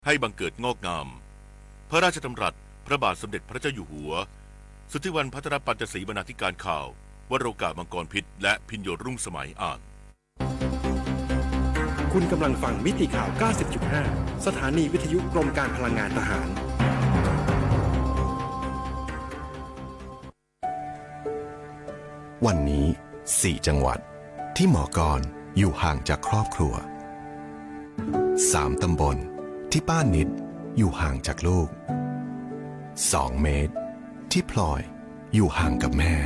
ให้บังเกิดงอกงามพระราชดำรัสพระบาทสมเด็จพระเจ้าอยู่หัวสุทธิวันพัทรปัญจศรีบรรณาธิการข่าววโรกาสมังกรพิษและพิญโยรุ่งสมัยอ่านคุณกำลังฟังมิติข่าว 90.5 สถานีวิทยุกรมการพลังงานทหารวันนี้4จังหวัดที่หมอกรอยู่ห่างจากครอบครัว3ตำบลที่ป้านิดอยู่ห่างจากลูก2เมตรที่พลอยอยู่ห่างกับแม่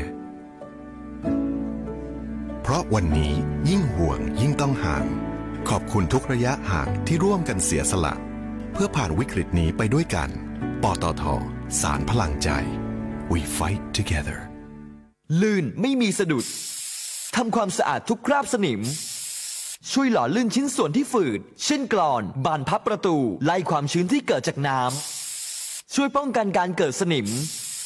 เพราะวันนี้ยิ่งห่วงยิ่งต้องห่างขอบคุณทุกระยะห่างที่ร่วมกันเสียสละเพื่อผ่านวิกฤตนี้ไปด้วยกันปตท.สานพลังใจ We fight together ลื่นไม่มีสะดุดทำความสะอาดทุกคราบสนิมช่วยหล่อลื่นชิ้นส่วนที่ฝืดเช่นกลอนบานพับประตูไล่ความชื้นที่เกิดจากน้ำช่วยป้องกันการเกิดสนิม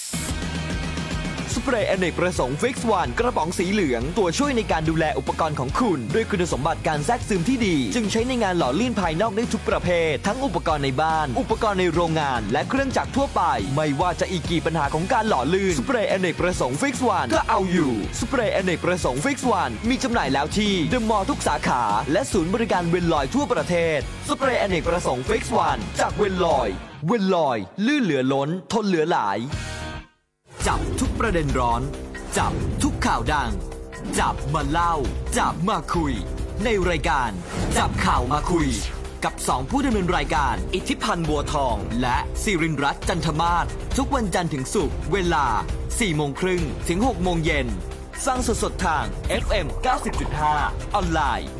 สเปรย์อเนกประสงค์ฟิกซ์วันกระป๋องสีเหลืองตัวช่วยในการดูแลอุปกรณ์ของคุณด้วยคุณสมบัติการแทรกซึมที่ดีจึงใช้ในงานหล่อลื่นภายนอกได้ทุกประเภททั้งอุปกรณ์ในบ้านอุปกรณ์ในโรงงานและเครื่องจักรทั่วไปไม่ว่าจะอีกกี่ปัญหาของการหล่อลื่นสเปรย์อเนกประสงค์ฟิกซ์วันก็เอาอยู่สเปรย์อเนกประสงค์ฟิกซ์วันมีจำหน่ายแล้วที่เดอะมอลล์ทุกสาขาและศูนย์บริการเวนลอยทั่วประเทศสเปรย์อเนกประสงค์ฟิกซ์วันจากเวนลอยลื่นเหลือล้นทนเหลือหลายจับทุกประเด็นร้อนจับทุกข่าวดังจับมาเล่าจับมาคุยในรายการจับข่าวมาคุยกับ2ผู้ดำเนินรายการอิทธิพันธ์บัวทองและศิรินทร์รัตน์จันทมาศทุกวันจันทร์ถึงศุกร์เวลา 4:30 ถึง 6:00 นฟังสดๆทาง FM 90.5 ออนไลน์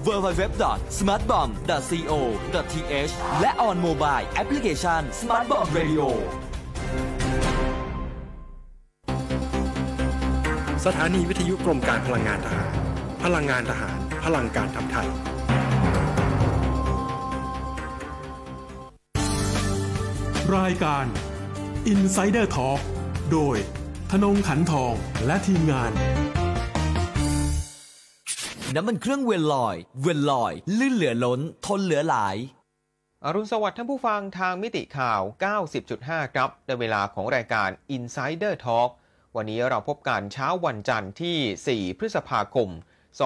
www.smartbomb.co.th และ on mobile application Smart Bomb Radio สถานีวิทยุกรมการพลังงานทหารพลังงานทหารพลังการทำไทยรายการ Insider Talk โดยธนงขันทองและทีมงานน้ำมันเครื่องเวนลอยลื่นเหลือล้นทนเหลือหลายอรุณสวัสดิ์ท่านผู้ฟังทางมิติข่าว 90.5 ครับในเวลาของรายการ Insider Talkวันนี้เราพบกันเช้าวันจันทร์ที่ 4 พฤษภาคม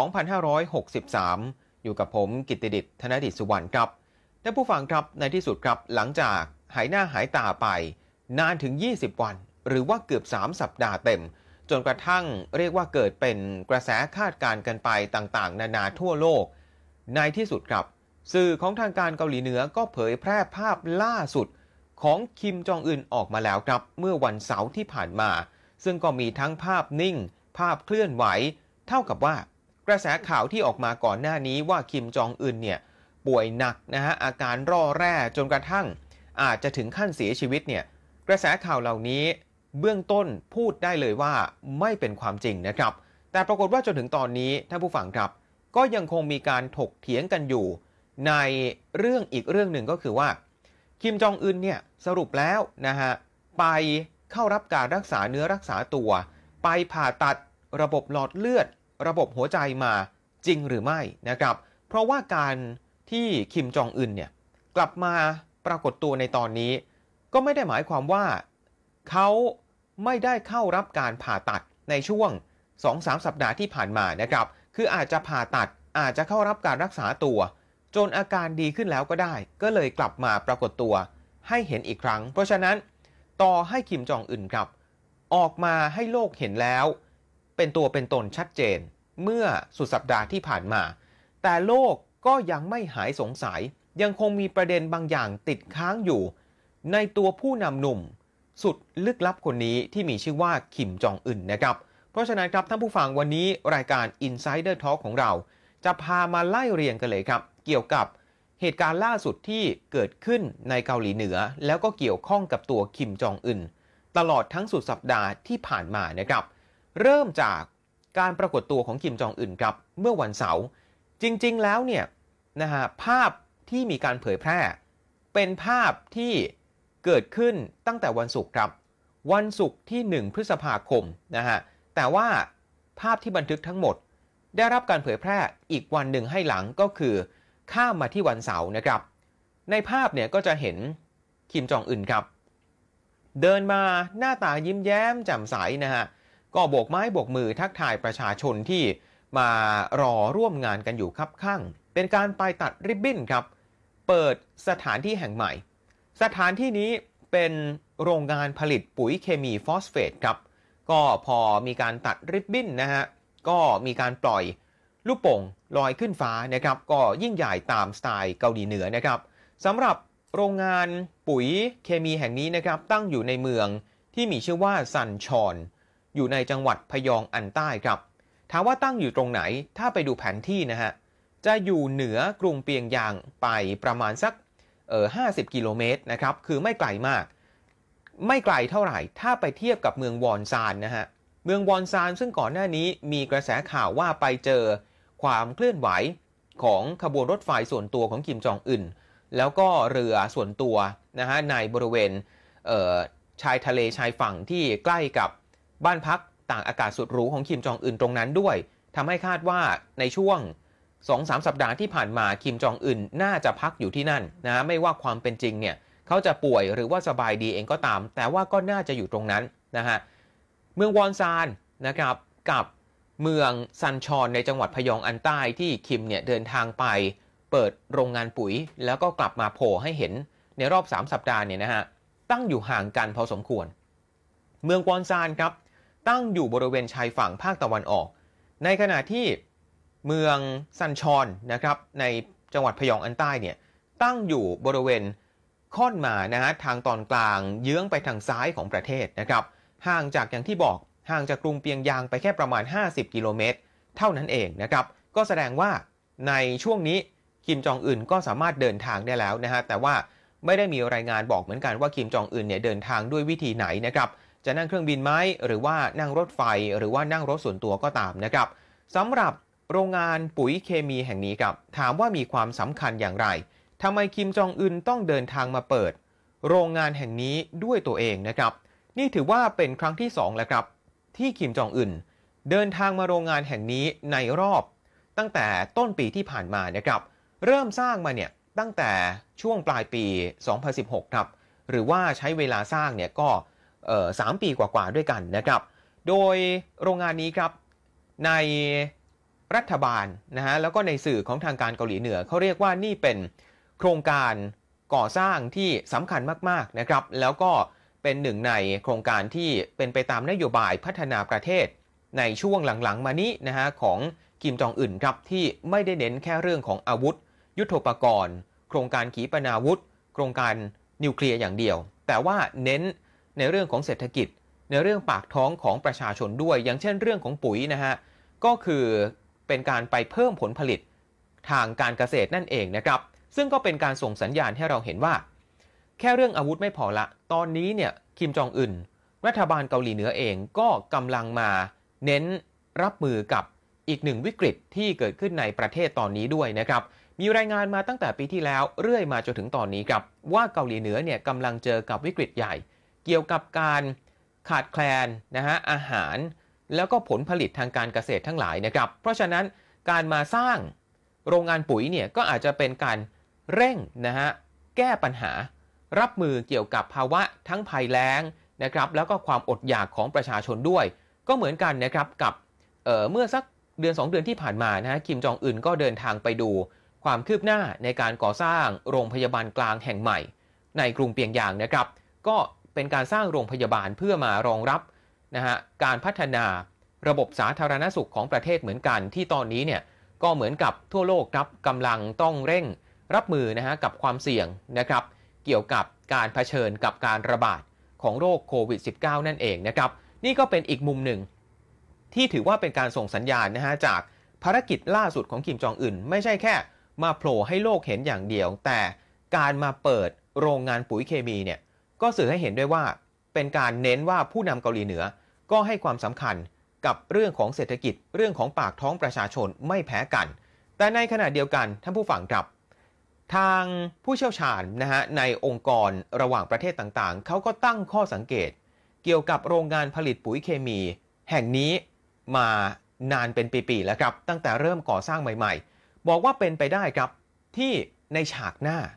2563 อยู่กับผมกิตติดิษฐ์ธนดิษฐ์สุวรรณครับท่านผู้ฟังครับในที่สุดครับหลังจากหายหน้าหายตาไปนานถึง 20 วันหรือว่าเกือบ 3 สัปดาห์เต็มจนกระทั่งเรียกว่าเกิดเป็นกระแสคาดการณ์กันไปต่างๆนานาทั่วโลกในที่สุดครับสื่อของทางการเกาหลีเหนือก็เผยแพร่ภาพล่าสุดของคิมจองอึนออกมาแล้วครับเมื่อวันเสาร์ที่ผ่านมาซึ่งก็มีทั้งภาพนิ่งภาพเคลื่อนไหวเท่ากับว่ากระแสข่าวที่ออกมาก่อนหน้านี้ว่าคิมจองอึนเนี่ยป่วยหนักนะฮะอาการร่อแร่จนกระทั่งอาจจะถึงขั้นเสียชีวิตเนี่ยกระแสข่าวเหล่านี้เบื้องต้นพูดได้เลยว่าไม่เป็นความจริงนะครับแต่ปรากฏว่าจนถึงตอนนี้ท่านผู้ฟังครับก็ยังคงมีการถกเถียงกันอยู่ในเรื่องอีกเรื่องหนึ่งก็คือว่าคิมจองอึนเนี่ยสรุปแล้วนะฮะไปเข้ารับการรักษาเนื้อรักษาตัวไปผ่าตัดระบบหลอดเลือดระบบหัวใจมาจริงหรือไม่นะครับเพราะว่าการที่คิมจองอึนเนี่ยกลับมาปรากฏตัวในตอนนี้ก็ไม่ได้หมายความว่าเขาไม่ได้เข้ารับการผ่าตัดในช่วง 2-3 สัปดาห์ที่ผ่านมานะครับคืออาจจะผ่าตัดอาจจะเข้ารับการรักษาตัวจนอาการดีขึ้นแล้วก็ได้ก็เลยกลับมาปรากฏตัวให้เห็นอีกครั้งเพราะฉะนั้นต่อให้คิมจองอึนครับออกมาให้โลกเห็นแล้วเป็นตัวเป็นตนชัดเจนเมื่อสุดสัปดาห์ที่ผ่านมาแต่โลกก็ยังไม่หายสงสัยยังคงมีประเด็นบางอย่างติดค้างอยู่ในตัวผู้นำหนุ่มสุดลึกลับคนนี้ที่มีชื่อว่าคิมจองอึนนะครับเพราะฉะนั้นครับท่านผู้ฟังวันนี้รายการ Insider Talk ของเราจะพามาไล่เรียงกันเลยครับเกี่ยวกับเหตุการณ์ล่าสุดที่เกิดขึ้นในเกาหลีเหนือแล้วก็เกี่ยวข้องกับตัวคิมจองอึนตลอดทั้งสุดสัปดาห์ที่ผ่านมานะครับเริ่มจากการปรากฏตัวของคิมจองอึนครับเมื่อวันเสาร์จริงๆแล้วเนี่ยนะฮะภาพที่มีการเผยแพร่เป็นภาพที่เกิดขึ้นตั้งแต่วันศุกร์ครับวันศุกร์ที่1 พฤษภาคมนะฮะแต่ว่าภาพที่บันทึกทั้งหมดได้รับการเผยแพร่อีกวันหนึ่งให้หลังก็คือข้ามมาที่วันเสาร์นะครับในภาพเนี่ยก็จะเห็นคิมจองอึนครับเดินมาหน้าตายิ้มแย้มแจ่มใสนะฮะก็โบกไม้โบกมือทักทายประชาชนที่มารอร่วมงานกันอยู่คับข้างเป็นการไปตัดริบบิ้นครับเปิดสถานที่แห่งใหม่สถานที่นี้เป็นโรงงานผลิตปุ๋ยเคมีฟอสเฟตครับก็พอมีการตัดริบบิ้นนะฮะก็มีการปล่อยลูกโป่งลอยขึ้นฟ้านะครับก็ยิ่งใหญ่ตามสไตล์เกาหลีเหนือนะครับสำหรับโรงงานปุ๋ยเคมีแห่งนี้นะครับตั้งอยู่ในเมืองที่มีชื่อว่าซันชอนอยู่ในจังหวัดพยองอันใต้ครับถามว่าตั้งอยู่ตรงไหนถ้าไปดูแผนที่นะฮะจะอยู่เหนือกรุงเปียงยางไปประมาณสัก50 กิโลเมตรนะครับคือไม่ไกลมากไม่ไกลเท่าไหร่ถ้าไปเทียบกับเมืองวอนซานนะฮะเมืองวอนซานซึ่งก่อนหน้านี้มีกระแสข่าวว่าไปเจอความเคลื่อนไหวของขบวนรถไฟส่วนตัวของคิมจองอึนแล้วก็เรือส่วนตัวนะฮะในบริเวณชายทะเลชายฝั่งที่ใกล้กับบ้านพักต่างอากาศสุดหรูของคิมจองอึนตรงนั้นด้วยทำให้คาดว่าในช่วง 2-3 สัปดาห์ที่ผ่านมาคิมจองอึนน่าจะพักอยู่ที่นั่นนะไม่ว่าความเป็นจริงเนี่ยเขาจะป่วยหรือว่าสบายดีเองก็ตามแต่ว่าก็น่าจะอยู่ตรงนั้นนะฮะเมืองวอนซานนะครับกับเมืองซันชอนในจังหวัดพยองอันใต้ที่คิมเนี่ยเดินทางไปเปิดโรงงานปุ๋ยแล้วก็กลับมาโผล่ให้เห็นในรอบ3 สัปดาห์เนี่ยนะฮะตั้งอยู่ห่างกันพอสมควรเมืองวอนซานครับตั้งอยู่บริเวณชายฝั่งภาคตะวันออกในขณะที่เมืองซันชอนนะครับในจังหวัดพยองอันใต้เนี่ยตั้งอยู่บริเวณค่อนมานะฮะทางตอนกลางเยื้องไปทางซ้ายของประเทศนะครับห่างจากอย่างที่บอกห่างจากกรุงเปียงยางไปแค่ประมาณ50 กิโลเมตรเท่านั้นเองนะครับก็แสดงว่าในช่วงนี้คิมจองอึนก็สามารถเดินทางได้แล้วนะฮะแต่ว่าไม่ได้มีรายงานบอกเหมือนกันว่าคิมจองอึนเนี่ยเดินทางด้วยวิธีไหนนะครับจะนั่งเครื่องบินไหมหรือว่านั่งรถไฟหรือว่านั่งรถส่วนตัวก็ตามนะครับสำหรับโรงงานปุ๋ยเคมีแห่งนี้ครับถามว่ามีความสำคัญอย่างไรทำไมคิมจองอึนต้องเดินทางมาเปิดโรงงานแห่งนี้ด้วยตัวเองนะครับนี่ถือว่าเป็นครั้งที่2แล้วครับที่คิมจองอึนเดินทางมาโรงงานแห่งนี้ในรอบตั้งแต่ต้นปีที่ผ่านมานะครับเริ่มสร้างมาเนี่ยตั้งแต่ช่วงปลายปี 2016 ครับหรือว่าใช้เวลาสร้างเนี่ยก็3 ปีกว่าๆด้วยกันนะครับโดยโรงงานนี้ครับในรัฐบาลนะฮะแล้วก็ในสื่อของทางการเกาหลีเหนือเขาเรียกว่านี่เป็นโครงการก่อสร้างที่สำคัญมากๆนะครับแล้วก็เป็นหนึ่งในโครงการที่เป็นไปตามนโยบายพัฒนาประเทศในช่วงหลังๆมานี้นะฮะของคิมจองอึนครับที่ไม่ได้เน้นแค่เรื่องของอาวุธยุทโธปกรณ์โครงการขีปนาวุธโครงการนิวเคลียร์อย่างเดียวแต่ว่าเน้นในเรื่องของเศรษฐกิจในเรื่องปากท้องของประชาชนด้วยอย่างเช่นเรื่องของปุ๋ยนะฮะก็คือเป็นการไปเพิ่มผลผลิตทางการเกษตรนั่นเองนะครับซึ่งก็เป็นการส่งสัญญาณให้เราเห็นว่าแค่เรื่องอาวุธไม่พอละตอนนี้เนี่ยคิมจองอึนรัฐบาลเกาหลีเหนือเองก็กำลังมาเน้นรับมือกับอีกหนึ่งวิกฤตที่เกิดขึ้นในประเทศตอนนี้ด้วยนะครับมีรายงานมาตั้งแต่ปีที่แล้วเรื่อยมาจนถึงตอนนี้ครับว่าเกาหลีเหนือเนี่ยกำลังเจอกับวิกฤตใหญ่เกี่ยวกับการขาดแคลนนะฮะอาหารแล้วก็ผลผลิตทางการเกษตรทั้งหลายนะครับเพราะฉะนั้นการมาสร้างโรงงานปุ๋ยเนี่ยก็อาจจะเป็นการเร่งนะฮะแก้ปัญหารับมือเกี่ยวกับภาวะทั้งภัยแล้งนะครับแล้วก็ความอดอยากของประชาชนด้วยก็เหมือนกันนะครับกับเมื่อสักเดือน2 เดือนที่ผ่านมานะฮะคิมจองอึนก็เดินทางไปดูความคืบหน้าในการก่อสร้างโรงพยาบาลกลางแห่งใหม่ในกรุงเปียงยางนะครับก็เป็นการสร้างโรงพยาบาลเพื่อมารองรับนะฮะการพัฒนาระบบสาธารณสุขของประเทศเหมือนกันที่ตอนนี้เนี่ยก็เหมือนกับทั่วโลกครับกำลังต้องเร่งรับมือนะฮะกับความเสี่ยงนะครับเกี่ยวกับการเผชิญกับการระบาดของโรคโควิด -19 นั่นเองนะครับนี่ก็เป็นอีกมุมหนึ่งที่ถือว่าเป็นการส่งสัญญาณนะฮะจากภารกิจล่าสุดของคิมจองอึนไม่ใช่แค่มาโผล่ให้โลกเห็นอย่างเดียวแต่การมาเปิดโรงงานปุ๋ยเคมีเนี่ยก็สื่อให้เห็นด้วยว่าเป็นการเน้นว่าผู้นำเกาหลีเหนือก็ให้ความสำคัญกับเรื่องของเศรษฐกิจเรื่องของปากท้องประชาชนไม่แพ้กันแต่ในขณะเดียวกันท่านผู้ฟังครับทางผู้เชี่ยวชาญนะฮะในองค์กรระหว่างประเทศต่างๆเขาก็ตั้งข้อสังเกตเกี่ยวกับโรงงานผลิตปุ๋ยเคมีแห่งนี้มานานเป็นปีๆแล้วครับตั้งแต่เริ่มก่อสร้างใหม่ๆบอกว่าเป็นไปได้ครับที่ในฉากหน้า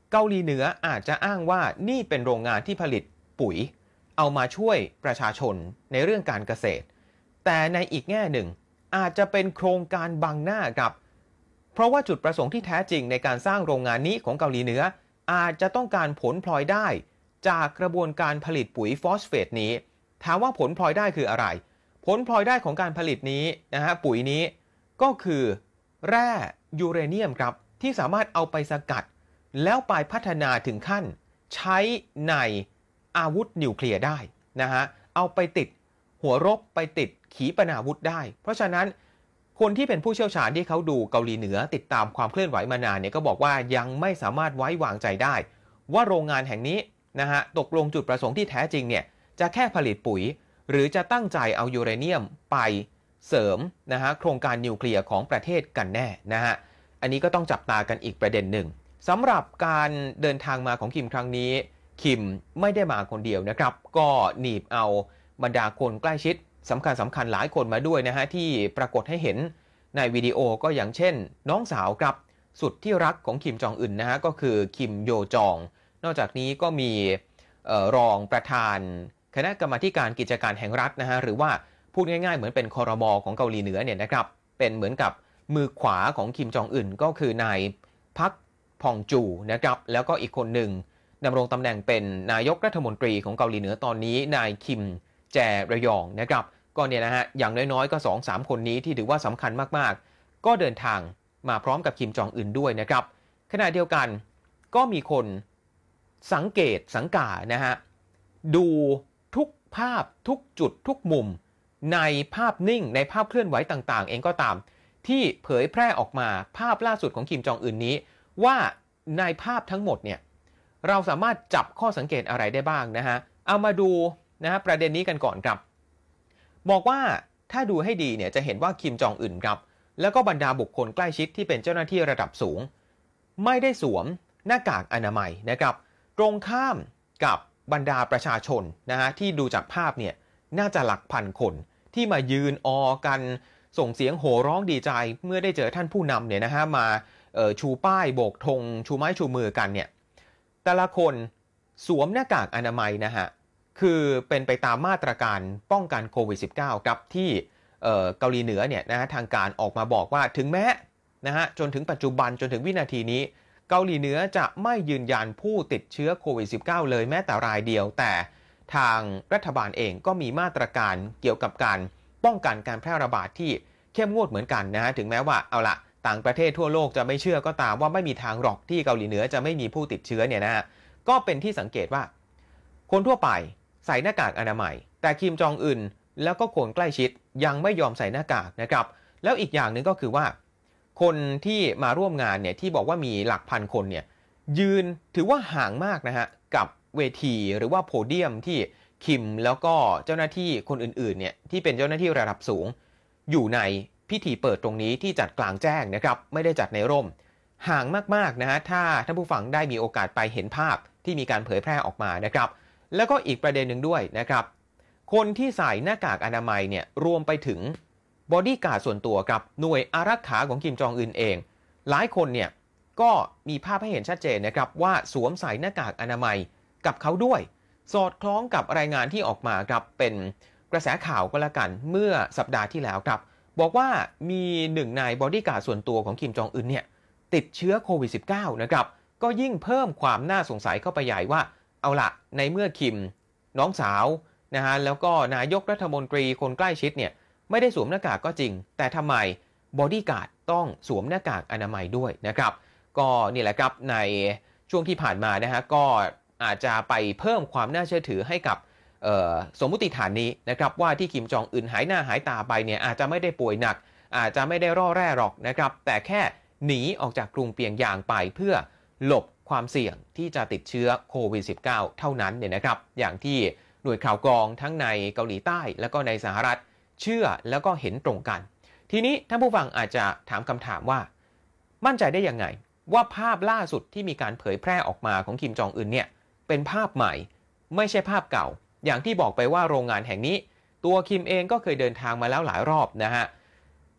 เกาหลีเหนืออาจจะอ้างว่านี่เป็นโรงงานที่ผลิตปุ๋ยเอามาช่วยประชาชนในเรื่องการเกษตรแต่ในอีกแง่หนึ่งอาจจะเป็นโครงการบังหน้าครับเพราะว่าจุดประสงค์ที่แท้จริงในการสร้างโรงงานนี้ของเกาหลีเหนืออาจจะต้องการผลพลอยได้จากกระบวนการผลิตปุ๋ยฟอสเฟตนี้ถามว่าผลพลอยได้คืออะไรผลพลอยได้ของการผลิตนี้นะฮะปุ๋ยนี้ก็คือแร่ยูเรเนียมครับที่สามารถเอาไปสกัดแล้วไปพัฒนาถึงขั้นใช้ในอาวุธนิวเคลียร์ได้นะฮะเอาไปติดหัวรบไปติดขีปนาวุธได้เพราะฉะนั้นคนที่เป็นผู้เชี่ยวชาญที่เขาดูเกาหลีเหนือติดตามความเคลื่อนไหวมานานเนี่ยก็บอกว่ายังไม่สามารถไว้วางใจได้ว่าโรงงานแห่งนี้นะฮะตกลงจุดประสงค์ที่แท้จริงเนี่ยจะแค่ผลิตปุ๋ยหรือจะตั้งใจเอายูเรเนียมไปเสริมนะฮะโครงการนิวเคลียร์ของประเทศกันแน่นะฮะอันนี้ก็ต้องจับตากันอีกประเด็นหนึ่งสำหรับการเดินทางมาของคิมครั้งนี้คิมไม่ได้มาคนเดียวนะครับก็หนีบเอาบรรดาคนใกล้ชิดสำคัญหลายคนมาด้วยนะฮะที่ปรากฏให้เห็นในวิดีโอก็อย่างเช่นน้องสาวครับสุดที่รักของคิมจองอึนนะฮะก็คือคิมโยจองนอกจากนี้ก็มีรองประธานคณะกรรมาการกิจการแห่งรัฐนะฮะหรือว่าพูดง่ายๆเหมือนเป็นครม.ของเกาหลีเหนือเนี่ยนะครับเป็นเหมือนกับมือขวาของคิมจองอึนก็คือนายพักพองจูนะครับแล้วก็อีกคนหนึ่งดำรงตำแหน่งเป็นนายกรัฐมนตรีของเกาหลีเหนือตอนนี้นายคิมแจระยองนะครับก็เนี่ยนะฮะอย่างน้อยๆก็ 2-3 คนนี้ที่ถือว่าสำคัญมากๆก็เดินทางมาพร้อมกับคิมจองอึนด้วยนะครับขณะเดียวกันก็มีคนสังเกตสังกานะฮะดูทุกภาพทุกจุดทุกมุมในภาพนิ่งในภาพเคลื่อนไหวต่างๆเองก็ตามที่เผยแพร่ออกมาภาพล่าสุดของคิมจองอึนนี้ว่าในภาพทั้งหมดเนี่ยเราสามารถจับข้อสังเกตอะไรได้บ้างนะฮะเอามาดูนะฮะประเด็นนี้กันก่อนครับบอกว่าถ้าดูให้ดีเนี่ยจะเห็นว่าคิมจองอึนครับแล้วก็บรรดาบุคคลใกล้ชิดที่เป็นเจ้าหน้าที่ระดับสูงไม่ได้สวมหน้ากากอนามัยนะครับตรงข้ามกับบรรดาประชาชนนะฮะที่ดูจากภาพเนี่ยน่าจะหลักพันคนที่มายืนออกันส่งเสียงโห่ร้องดีใจเมื่อได้เจอท่านผู้นำเนี่ยนะฮะมาชูป้ายโบกธงชูไม้ชูมือกันเนี่ยแต่ละคนสวมหน้ากากอนามัยนะฮะคือเป็นไปตามมาตรการป้องกันโควิด -19 ครับที่เกาหลีเหนือเนี่ยนะฮะทางการออกมาบอกว่าถึงแม้นะฮะจนถึงปัจจุบันจนถึงวินาทีนี้เกาหลีเหนือจะไม่ยืนยันผู้ติดเชื้อโควิด -19 เลยแม้แต่รายเดียวแต่ทางรัฐบาลเองก็มีมาตรการเกี่ยวกับการป้องกันการแพร่ระบาดที่เข้มงวดเหมือนกันนะฮะถึงแม้ว่าเอาละต่างประเทศทั่วโลกจะไม่เชื่อก็ตามว่าไม่มีทางหรอกที่เกาหลีเหนือจะไม่มีผู้ติดเชื้อเนี่ยนะฮะก็เป็นที่สังเกตว่าคนทั่วไปใส่หน้ากากอนามัยแต่คิมจองอึนแล้วก็คนใกล้ชิดยังไม่ยอมใส่หน้ากากนะครับแล้วอีกอย่างหนึ่งก็คือว่าคนที่มาร่วมงานเนี่ยที่บอกว่ามีหลักพันคนเนี่ยยืนถือว่าห่างมากนะฮะกับเวทีหรือว่าโพเดียมที่คิมแล้วก็เจ้าหน้าที่คนอื่นๆเนี่ยที่เป็นเจ้าหน้าที่ระดับสูงอยู่ในพิธีเปิดตรงนี้ที่จัดกลางแจ้งนะครับไม่ได้จัดในร่มห่างมากๆนะฮะถ้าท่านผู้ฟังได้มีโอกาสไปเห็นภาพที่มีการเผยแพร่ออกมานะครับแล้วก็อีกประเด็นหนึ่งด้วยนะครับคนที่ใส่หน้ากากอนามัยเนี่ยรวมไปถึงบอดี้การ์ดส่วนตัวกับหน่วยอารักขาของคิมจองอึนเองหลายคนเนี่ยก็มีภาพให้เห็นชัดเจนนะครับว่าสวมใส่หน้ากากอนามัยกับเขาด้วยสอดคล้องกับรายงานที่ออกมาครับเป็นกระแสข่าวก็แล้วกันเมื่อสัปดาห์ที่แล้วครับบอกว่ามีหนึ่งนายบอดี้การ์ดส่วนตัวของคิมจองอึนเนี่ยติดเชื้อโควิด -19 นะครับก็ยิ่งเพิ่มความน่าสงสัยเข้าไปใหญ่ว่าเอาละในเมื่อคิมน้องสาวนะฮะแล้วก็นายกรัฐมนตรีคนใกล้ชิดเนี่ยไม่ได้สวมหน้ากากก็จริงแต่ทำไมบอดี้การ์ดต้องสวมหน้ากากอนามัยด้วยนะครับก็นี่แหละครับในช่วงที่ผ่านมานะฮะก็อาจจะไปเพิ่มความน่าเชื่อถือให้กับสมมุติฐานนี้นะครับว่าที่คิมจองอึนหายหน้าหายตาไปเนี่ยอาจจะไม่ได้ป่วยหนักอาจจะไม่ได้ร่อแร่หรอกนะครับแต่แค่หนีออกจากกรุงเปียงยางไปเพื่อหลบความเสี่ยงที่จะติดเชื้อโควิด -19 เท่านั้นเนี่ยนะครับอย่างที่หน่วยข่าวกรองทั้งในเกาหลีใต้และก็ในสหรัฐเชื่อแล้วก็เห็นตรงกันทีนี้ท่านผู้ฟังอาจจะถามคำถามว่ามั่นใจได้ยังไงว่าภาพล่าสุดที่มีการเผยแพร่ออกมาของคิมจองอึนเนี่ยเป็นภาพใหม่ไม่ใช่ภาพเก่าอย่างที่บอกไปว่าโรงงานแห่งนี้ตัวคิมเองก็เคยเดินทางมาแล้วหลายรอบนะฮะ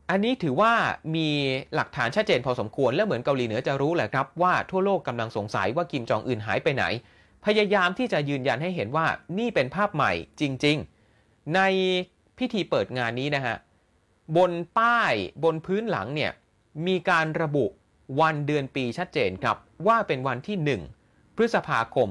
อันนี้ถือว่ามีหลักฐานชัดเจนพอสมควรและเหมือนเกาหลีเหนือจะรู้แหละครับว่าทั่วโลกกำลังสงสัยว่าคิมจองอึนหายไปไหนพยายามที่จะยืนยันให้เห็นว่านี่เป็นภาพใหม่จริงๆในพิธีเปิดงานนี้นะฮะบนป้ายบนพื้นหลังเนี่ยมีการระบุวันเดือนปีชัดเจนครับว่าเป็นวันที่1พฤษภาคม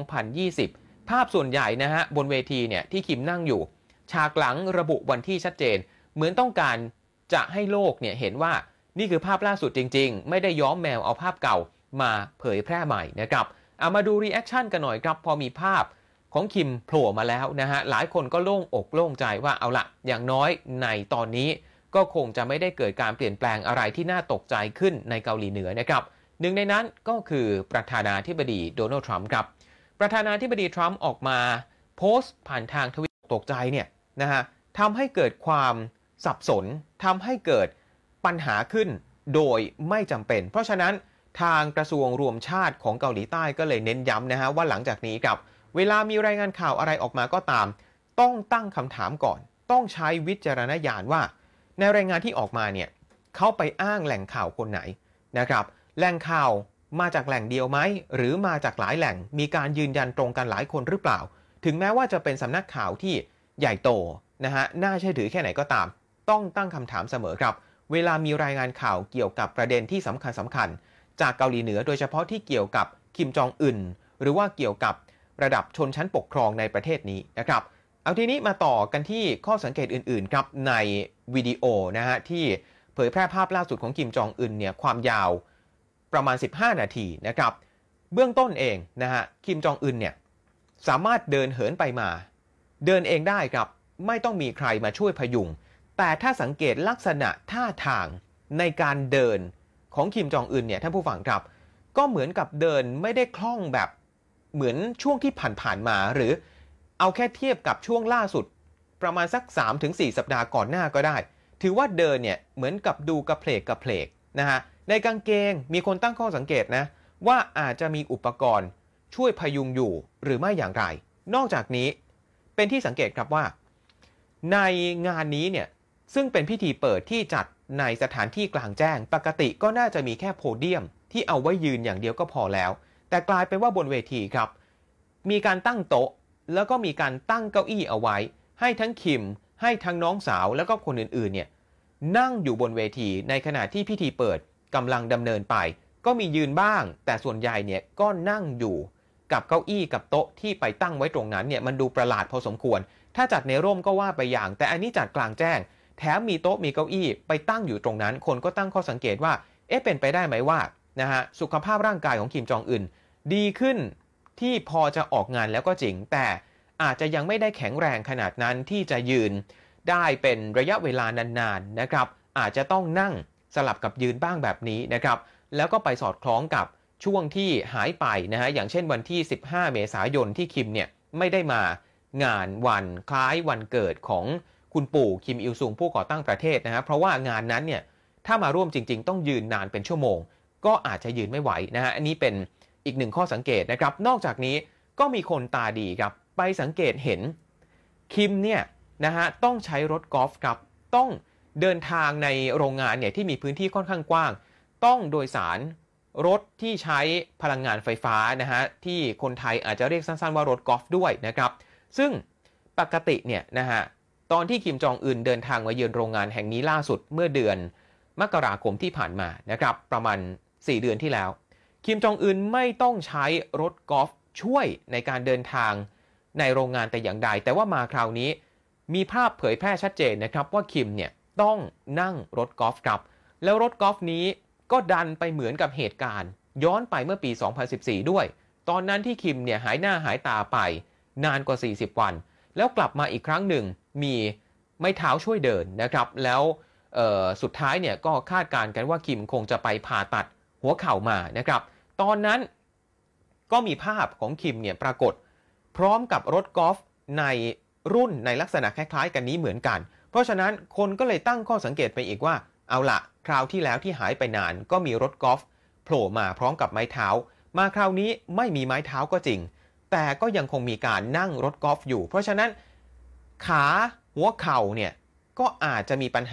2020ภาพส่วนใหญ่นะฮะบนเวทีเนี่ยที่คิมนั่งอยู่ฉากหลังระบุวันที่ชัดเจนเหมือนต้องการจะให้โลกเนี่ยเห็นว่านี่คือภาพล่าสุดจริงๆไม่ได้ย้อมแมวเอาภาพเก่ามาเผยแพร่ใหม่นะครับเอามาดูรีแอคชั่นกันหน่อยครับพอมีภาพของคิมโผล่มาแล้วนะฮะหลายคนก็โล่งอกโล่งใจว่าเอาละอย่างน้อยในตอนนี้ก็คงจะไม่ได้เกิดการเปลี่ยนแปลงอะไรที่น่าตกใจขึ้นในเกาหลีเหนือนะครับหนึ่งในนั้นก็คือประธานาธิบดีโดนัลด์ทรัมป์ครับประธานาธิบดีทรัมป์ออกมาโพสต์ผ่านทางทวิตตกใจเนี่ยนะฮะทำให้เกิดความสับสนทำให้เกิดปัญหาขึ้นโดยไม่จำเป็นเพราะฉะนั้นทางกระทรวงรวมชาติของเกาหลีใต้ก็เลยเน้นย้ำนะฮะว่าหลังจากนี้ครับเวลามีรายงานข่าวอะไรออกมาก็ตามต้องตั้งคำถามก่อนต้องใช้วิจารณญาณว่าในรายงานที่ออกมาเนี่ยเขาไปอ้างแหล่งข่าวคนไหนนะครับแหล่งข่าวมาจากแหล่งเดียวไหมหรือมาจากหลายแหล่งมีการยืนยันตรงกันหลายคนหรือเปล่าถึงแม้ว่าจะเป็นสำนักข่าวที่ใหญ่โตนะฮะน่าเชื่อถือแค่ไหนก็ตามต้องตั้งคำถามเสมอครับเวลามีรายงานข่าวเกี่ยวกับประเด็นที่สำคัญจากเกาหลีเหนือโดยเฉพาะที่เกี่ยวกับคิมจองอึนหรือว่าเกี่ยวกับระดับชนชั้นปกครองในประเทศนี้นะครับเอาทีนี้มาต่อกันที่ข้อสังเกตอื่นๆครับในวิดีโอนะฮะที่เผยแพร่ภาพล่าสุดของคิมจองอึนเนี่ยความยาวประมาณ15นาทีนะครับเบื้องต้นเองนะฮะคิมจองอึนเนี่ยสามารถเดินเหินไปมาเดินเองได้ครับไม่ต้องมีใครมาช่วยพยุงแต่ถ้าสังเกตลักษณะท่าทางในการเดินของคิมจองอึนเนี่ยท่านผู้ฟังครับก็เหมือนกับเดินไม่ได้คล่องแบบเหมือนช่วงที่ผ่านๆมาหรือเอาแค่เทียบกับช่วงล่าสุดประมาณสัก 3-4 สัปดาห์ก่อนหน้าก็ได้ถือว่าเดินเนี่ยเหมือนกับดูกระเพลกนะฮะในกางเกงมีคนตั้งข้อสังเกตนะว่าอาจจะมีอุปกรณ์ช่วยพยุงอยู่หรือไม่อย่างไรนอกจากนี้เป็นที่สังเกตครับว่าในงานนี้เนี่ยซึ่งเป็นพิธีเปิดที่จัดในสถานที่กลางแจ้งปกติก็น่าจะมีแค่โพเดียมที่เอาไว้ยืนอย่างเดียวก็พอแล้วแต่กลายเป็นว่าบนเวทีครับมีการตั้งโต๊ะแล้วก็มีการตั้งเก้าอี้เอาไว้ให้ทั้งคิมให้ทั้งน้องสาวแล้วก็คนอื่นๆเนี่ยนั่งอยู่บนเวทีในขณะที่พิธีเปิดกำลังดำเนินไปก็มียืนบ้างแต่ส่วนใหญ่เนี่ยก็นั่งอยู่กับเก้าอี้กับโต๊ะที่ไปตั้งไว้ตรงนั้นเนี่ยมันดูประหลาดพอสมควรถ้าจัดในร่มก็ว่าไปอย่างแต่อันนี้จัดกลางแจ้งแถมมีโต๊ะมีเก้าอี้ไปตั้งอยู่ตรงนั้นคนก็ตั้งข้อสังเกตว่าเป็นไปได้ไหมว่านะฮะสุขภาพร่างกายของคิมจองอึนดีขึ้นที่พอจะออกงานแล้วก็จริงแต่อาจจะยังไม่ได้แข็งแรงขนาดนั้นที่จะยืนได้เป็นระยะเวลานานๆนะครับอาจจะต้องนั่งสลับกับยืนบ้างแบบนี้นะครับแล้วก็ไปสอดคล้องกับช่วงที่หายไปนะฮะอย่างเช่นวันที่15เมษายนที่คิมเนี่ยไม่ได้มางานวันคล้ายวันเกิดของคุณปู่คิมอิลซุงผู้ก่อตั้งประเทศนะฮะเพราะว่างานนั้นเนี่ยถ้ามาร่วมจริงๆต้องยืนนานเป็นชั่วโมงก็อาจจะยืนไม่ไหวนะฮะอันนี้เป็นอีกหนึ่งข้อสังเกตนะครับนอกจากนี้ก็มีคนตาดีครับไปสังเกตเห็นคิมเนี่ยนะฮะต้องใช้รถกอล์ฟครับต้องเดินทางในโรงงานเนี่ยที่มีพื้นที่ค่อนข้างกว้างต้องโดยสารรถที่ใช้พลังงานไฟฟ้านะฮะที่คนไทยอาจจะเรียกสั้นๆว่ารถกอล์ฟด้วยนะครับซึ่งปกติเนี่ยนะฮะตอนที่คิมจองอึนเดินทางมาเยือนโรงงานแห่งนี้ล่าสุดเมื่อเดือนมกราคมที่ผ่านมานะครับประมาณ4 เดือนที่แล้วคิมจองอึนไม่ต้องใช้รถกอล์ฟช่วยในการเดินทางในโรงงานแต่อย่างใดแต่ว่ามาคราวนี้มีภาพเผยแพร่ชัดเจนนะครับว่าคิมเนี่ยต้องนั่งรถกอล์ฟครับแล้วรถกอล์ฟนี้ก็ดันไปเหมือนกับเหตุการณ์ย้อนไปเมื่อปี 2014 ด้วยตอนนั้นที่คิมเนี่ยหายหน้าหายตาไปนานกว่า40 วันแล้วกลับมาอีกครั้งหนึ่งมีไม้เท้าช่วยเดินนะครับแล้วสุดท้ายเนี่ยก็คาดการณ์กันว่าคิมคงจะไปผ่าตัดหัวเข่ามานะครับตอนนั้นก็มีภาพของคิมเนี่ยปรากฏพร้อมกับรถกอล์ฟในรุ่นในลักษณะคล้ายๆกันนี้เหมือนกันเพราะฉะนั้นคนก็เลยตั้งข้อสังเกตไปอีกว่าเอาละคราวที่แล้วที่หายไปนานก็มีรถกอล์ฟโผล่มาพร้อมกับไม้เท้ามาคราวนี้ไม่มีไม้เท้าก็จริงแต่ก็ยังคงมีการนั่งรถกอล์ฟอยู่เพราะฉะนั้นขาหัวเข่าเนี่ยก็อาจจะมีปัญหา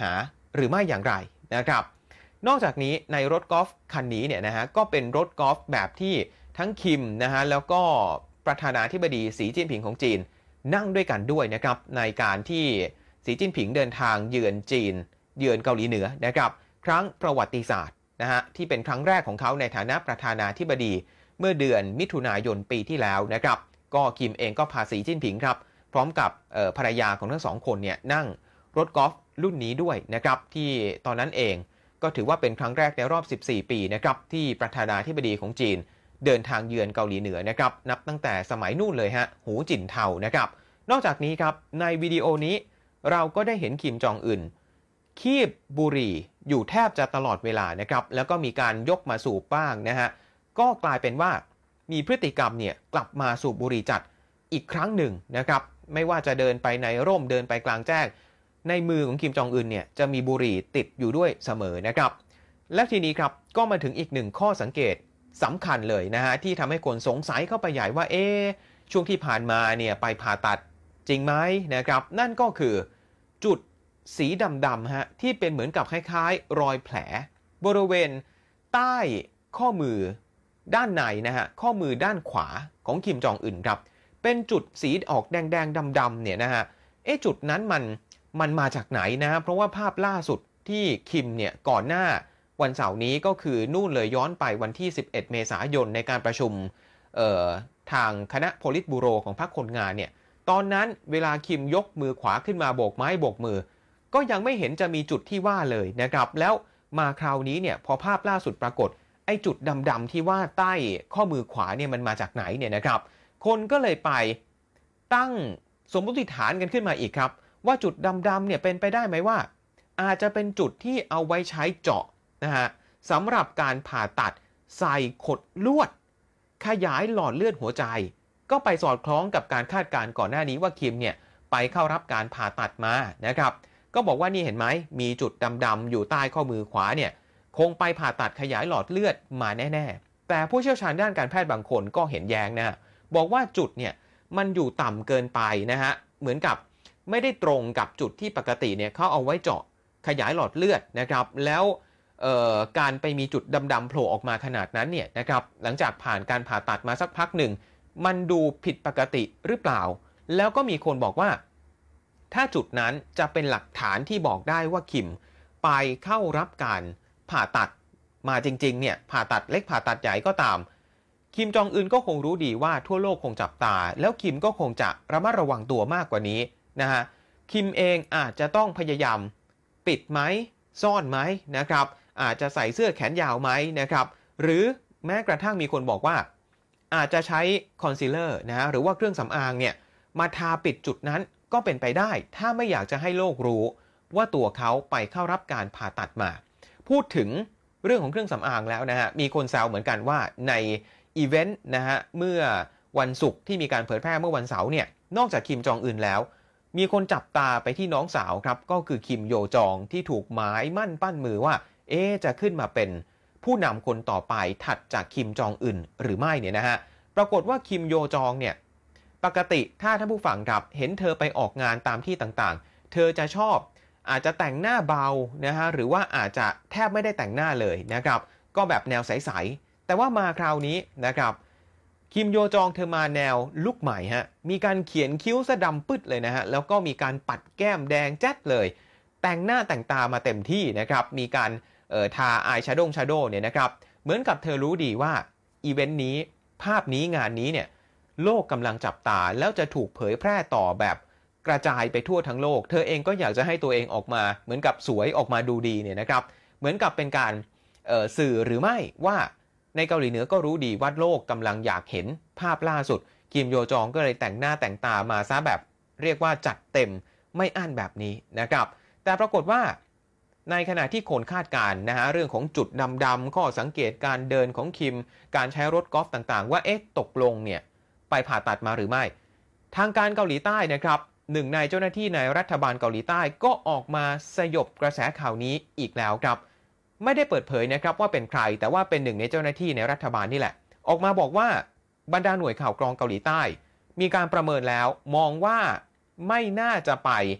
หรือไม่อย่างไรนะครับนอกจากนี้ในรถกอล์ฟคันนี้เนี่ยนะฮะก็เป็นรถกอล์ฟแบบที่ทั้งคิมนะฮะแล้วก็ประธานาธิบดีสีจิ้นผิงของจีนนั่งด้วยกันด้วยนะครับในการที่สีจิ้นผิงเดินทางเยือนจีนเยือนเกาหลีเหนือนะครับครั้งประวัติศาสตร์นะฮะที่เป็นครั้งแรกของเขาในฐานะประธานาธิบดีเมื่อเดือนมิถุนายนปีที่แล้วนะครับก็คิมเองก็พาสีจิ้นผิงครับพร้อมกับภรรยาของทั้งสองคนเนี่ยนั่งรถกอล์ฟรุ่นนี้ด้วยนะครับที่ตอนนั้นเองก็ถือว่าเป็นครั้งแรกในรอบ14 ปีนะครับที่ประธานาธิบดีของจีนเดินทางเยือนเกาหลีเหนือนะครับนับตั้งแต่สมัยนู่นเลยฮะหูจิ่นเทานะครับนอกจากนี้ครับในวิดีโอนี้เราก็ได้เห็นคิมจองอึนคีบบุหรี่อยู่แทบจะตลอดเวลานะครับแล้วก็มีการยกมาสูบบ้างนะฮะก็กลายเป็นว่ามีพฤติกรรมเนี่ยกลับมาสูบบุหรี่จัดอีกครั้งหนึ่งนะครับไม่ว่าจะเดินไปในร่มเดินไปกลางแจ้งในมือของคิมจองอึนเนี่ยจะมีบุหรี่ติดอยู่ด้วยเสมอนะครับและทีนี้ครับก็มาถึงอีกหนึ่งข้อสังเกตสำคัญเลยนะฮะที่ทำให้คนสงสัยเข้าไปใหญ่ว่าช่วงที่ผ่านมาเนี่ยไปผ่าตัดจริงไหมนะครับนั่นก็คือจุดสีดำๆฮะที่เป็นเหมือนกับคล้ายๆรอยแผลบริเวณใต้ข้อมือด้านในนะฮะข้อมือด้านขวาของคิมจองอึนครับเป็นจุดสีออกแดงๆดำๆเนี่ยนะฮะจุดนั้นมันมาจากไหนนะเพราะว่าภาพล่าสุดที่คิมเนี่ยก่อนหน้าวันเสาร์นี้ก็คือนู่นเลยย้อนไปวันที่11 เมษายนในการประชุมทางคณะโพลิตบูโรของพรรคคนงานเนี่ยตอนนั้นเวลาคิมยกมือขวาขึ้นมาโบกไม้โบกมือก็ยังไม่เห็นจะมีจุดที่ว่าเลยนะครับแล้วมาคราวนี้เนี่ยพอภาพล่าสุดปรากฏไอ้จุดดำๆที่ว่าใต้ข้อมือขวาเนี่ยมันมาจากไหนเนี่ยนะครับคนก็เลยไปตั้งสมมติฐานกันขึ้นมาอีกครับว่าจุดดำๆเนี่ยเป็นไปได้ไหมว่าอาจจะเป็นจุดที่เอาไว้ใช้เจาะนะฮะสำหรับการผ่าตัดใส่ขดลวดขยายหลอดเลือดหัวใจก็ไปสอดคล้องกับการคาดการณ์ก่อนหน้านี้ว่าคิมเนี่ยไปเข้ารับการผ่าตัดมานะครับก็บอกว่านี่เห็นไหมมีจุดดำๆอยู่ใต้ข้อมือขวาเนี่ยคงไปผ่าตัดขยายหลอดเลือดมาแน่ๆแต่ผู้เชี่ยวชาญด้านการแพทย์บางคนก็เห็นแย้งนะบอกว่าจุดเนี่ยมันอยู่ต่ำเกินไปนะฮะเหมือนกับไม่ได้ตรงกับจุดที่ปกติเนี่ยเขาเอาไว้เจาะขยายหลอดเลือดนะครับแล้วการไปมีจุดดำๆโผล่ออกมาขนาดนั้นเนี่ยนะครับหลังจากผ่านการผ่าตัดมาสักพักหนึ่งมันดูผิดปกติหรือเปล่าแล้วก็มีคนบอกว่าถ้าจุดนั้นจะเป็นหลักฐานที่บอกได้ว่าคิมไปเข้ารับการผ่าตัดมาจริงๆเนี่ยผ่าตัดเล็กผ่าตัดใหญ่ก็ตามคิมจองอึนก็คงรู้ดีว่าทั่วโลกคงจับตาแล้วคิมก็คงจะระมัดระวังตัวมากกว่านี้นะฮะคิมเองอาจจะต้องพยายามปิดไหมซ่อนไหมนะครับอาจจะใส่เสื้อแขนยาวไหมนะครับหรือแม้กระทั่งมีคนบอกว่าอาจจะใช้คอนซีลเลอร์นะฮะหรือว่าเครื่องสำอางเนี่ยมาทาปิดจุดนั้นก็เป็นไปได้ถ้าไม่อยากจะให้โลกรู้ว่าตัวเขาไปเข้ารับการผ่าตัดมาพูดถึงเรื่องของเครื่องสำอางแล้วนะฮะมีคนแซวเหมือนกันว่าในอีเวนต์นะฮะเมื่อวันศุกร์ที่มีการเผยแพร่เมื่อวันเสาร์เนี่ยนอกจากคิมจองอึนแล้วมีคนจับตาไปที่น้องสาวครับก็คือคิมโยจองที่ถูกหมายมั่นปั้นมือว่าจะขึ้นมาเป็นผู้นำคนต่อไปถัดจากคิมจองอึนหรือไม่เนี่ยนะฮะปรากฏว่าคิมโยจองเนี่ยปกติถ้าท่านผู้ฟังครับเห็นเธอไปออกงานตามที่ต่างๆเธอจะชอบอาจจะแต่งหน้าเบานะฮะหรือว่าอาจจะแทบไม่ได้แต่งหน้าเลยนะครับก็แบบแนวใสๆแต่ว่ามาคราวนี้นะครับคิมโยจองเธอมาแนวลุคใหม่ฮะมีการเขียนคิ้วซะดำปึ๊ดเลยนะฮะแล้วก็มีการปัดแก้มแดงแจ๊ดเลยแต่งหน้าแต่งตามาเต็มที่นะครับมีการทาอายแชโดว์เนี่ยนะครับเหมือนกับเธอรู้ดีว่าอีเวนต์นี้ภาพนี้งานนี้เนี่ยโลกกำลังจับตาแล้วจะถูกเผยแพร่ต่อแบบกระจายไปทั่วทั้งโลกเธอเองก็อยากจะให้ตัวเองออกมาเหมือนกับสวยออกมาดูดีเนี่ยนะครับเหมือนกับเป็นการสื่อหรือไม่ว่าในเกาหลีเหนือก็รู้ดีว่าโลกกำลังอยากเห็นภาพล่าสุดคิมโยจองก็เลยแต่งหน้าแต่งตามาซะแบบเรียกว่าจัดเต็มไม่อั้นแบบนี้นะครับแต่ปรากฏว่าในขณะที่คนคาดการณ์นะฮะเรื่องของจุดดำๆข้อสังเกตการเดินของคิมการใช้รถกอล์ฟต่างๆว่าตกลงเนี่ยไปผ่าตัดมาหรือไม่ทางการเกาหลีใต้นะครับหนึ่งในเจ้าหน้าที่ในรัฐบาลเกาหลีใต้ก็ออกมาสยบกระแสข่าวนี้อีกแล้วครับไม่ได้เปิดเผยนะครับว่าเป็นใครแต่ว่าเป็นหนึ่งในเจ้าหน้าที่ในรัฐบาลนี่แหละออกมาบอกว่าบรรดาหน่วยข่าวกรองเกาหลีใต้มีการประเมินแล้วมองว่าไม่น่าจะไป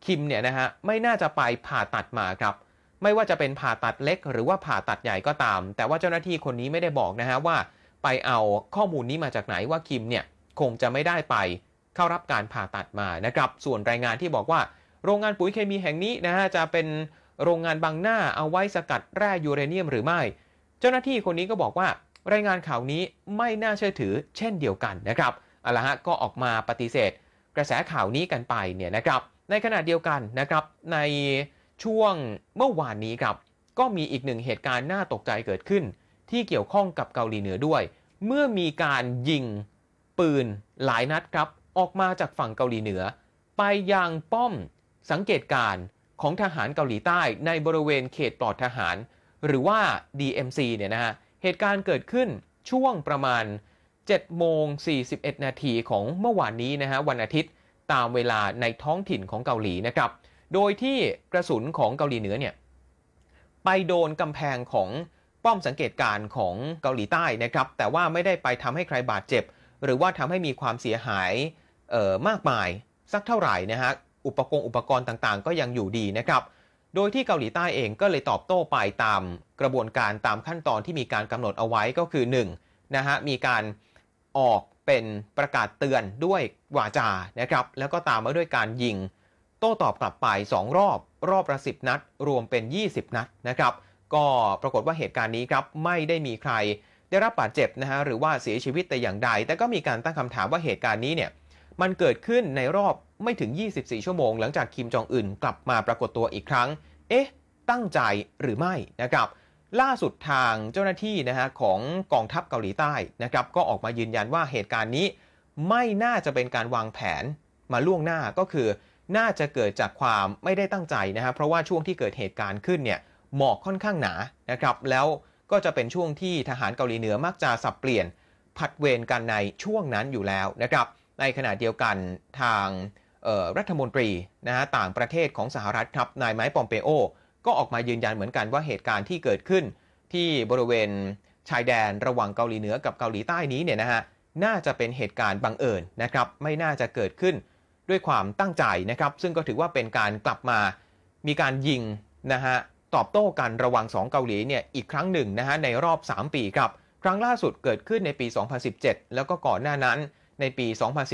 คิมเนี่ยนะฮะไม่น่าจะไปผ่าตัดมาครับไม่ว่าจะเป็นผ่าตัดเล็กหรือว่าผ่าตัดใหญ่ก็ตามแต่ว่าเจ้าหน้าที่คนนี้ไม่ได้บอกนะฮะว่าไปเอาข้อมูลนี้มาจากไหนว่าคิมเนี่ยคงจะไม่ได้ไปเข้ารับการผ่าตัดมานะครับส่วนรายงานที่บอกว่าโรงงานปุ๋ยเคมีแห่งนี้นะฮะจะเป็นโรงงานบังหน้าเอาไว้สกัดแร่ยูเรเนียมหรือไม่เจ้าหน้าที่คนนี้ก็บอกว่ารายงานข่าวนี้ไม่น่าเชื่อถือเช่นเดียวกันนะครับเอาละฮะก็ออกมาปฏิเสธกระแสข่าวนี้กันไปเนี่ยนะครับในขณะเดียวกันนะครับในช่วงเมื่อวานนี้ครับก็มีอีกหนึ่งเหตุการณ์น่าตกใจเกิดขึ้นที่เกี่ยวข้องกับเกาหลีเหนือด้วยเมื่อมีการยิงปืนหลายนัดครับออกมาจากฝั่งเกาหลีเหนือไปยังป้อมสังเกตการณ์ของทหารเกาหลีใต้ในบริเวณเขตปลอดทหารหรือว่า DMZ เนี่ยนะฮะเหตุการณ์เกิดขึ้นช่วงประมาณ 7:41 นาทีของเมื่อวานนี้นะฮะวันอาทิตย์ตามเวลาในท้องถิ่นของเกาหลีนะครับโดยที่กระสุนของเกาหลีเหนือเนี่ยไปโดนกำแพงของป้อมสังเกตการณ์ของเกาหลีใต้นะครับแต่ว่าไม่ได้ไปทำให้ใครบาดเจ็บหรือว่าทำให้มีความเสียหายมากมายสักเท่าไหร่นะฮะอุปกรณ์ต่างๆก็ยังอยู่ดีนะครับโดยที่เกาหลีใต้เองก็เลยตอบโต้ไปตามกระบวนการตามขั้นตอนที่มีการกำหนดเอาไว้ก็คือ1นะฮะมีการออกเป็นประกาศเตือนด้วยวาจานะครับแล้วก็ตามมาด้วยการยิงโต้ตอบกลับไป2รอบละ10นัดรวมเป็น20นัดนะครับก็ปรากฏว่าเหตุการณ์นี้ครับไม่ได้มีใครได้รับบาดเจ็บนะฮะหรือว่าเสียชีวิตแต่อย่างใดแต่ก็มีการตั้งคำถามว่าเหตุการณ์นี้เนี่ยมันเกิดขึ้นในรอบไม่ถึง24ชั่วโมงหลังจากคิมจองอึนกลับมาปรากฏตัวอีกครั้งตั้งใจหรือไม่นะครับล่าสุดทางเจ้าหน้าที่นะฮะของกองทัพเกาหลีใต้นะครับก็ออกมายืนยันว่าเหตุการณ์นี้ไม่น่าจะเป็นการวางแผนมาล่วงหน้าก็คือน่าจะเกิดจากความไม่ได้ตั้งใจนะฮะเพราะว่าช่วงที่เกิดเหตุการณ์ขึ้นเนี่ยหมอกค่อนข้างหนานะครับแล้วก็จะเป็นช่วงที่ทหารเกาหลีเหนือมักจะสับเปลี่ยนผัดเวรกันในช่วงนั้นอยู่แล้วนะครับในขณะเดียวกันทางรัฐมนตรีนะฮะต่างประเทศของสหรัฐครับนายไมค์ ปอมเปโอก็ออกมายืนยันเหมือนกันว่าเหตุการณ์ที่เกิดขึ้นที่บริเวณชายแดนระหว่างเกาหลีเหนือกับเกาหลีใต้นี้เนี่ยนะฮะน่าจะเป็นเหตุการณ์บังเอิญนะครับไม่น่าจะเกิดขึ้นด้วยความตั้งใจนะครับซึ่งก็ถือว่าเป็นการกลับมามีการยิงนะฮะตอบโต้กันระหว่าง2เกาหลีเนี่ยอีกครั้งหนึ่งนะฮะในรอบ3ปีครับครั้งล่าสุดเกิดขึ้นในปี 2017 แล้วก็ก่อนหน้านั้นในปี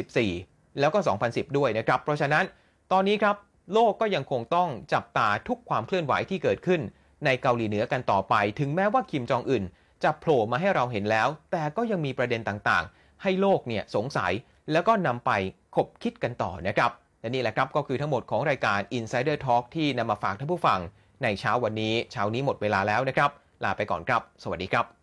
2014 แล้วก็ 2010 ด้วยนะครับเพราะฉะนั้นตอนนี้ครับโลกก็ยังคงต้องจับตาทุกความเคลื่อนไหวที่เกิดขึ้นในเกาหลีเหนือกันต่อไปถึงแม้ว่าคิมจองอึนจะโผล่มาให้เราเห็นแล้วแต่ก็ยังมีประเด็นต่างๆให้โลกเนี่ยสงสัยแล้วก็นำไปคบคิดกันต่อนะครับและนี่แหละครับก็คือทั้งหมดของรายการ Insider Talk ที่นำมาฝากท่านผู้ฟังในเช้าวันนี้เช้านี้หมดเวลาแล้วนะครับลาไปก่อนครับสวัสดีครับ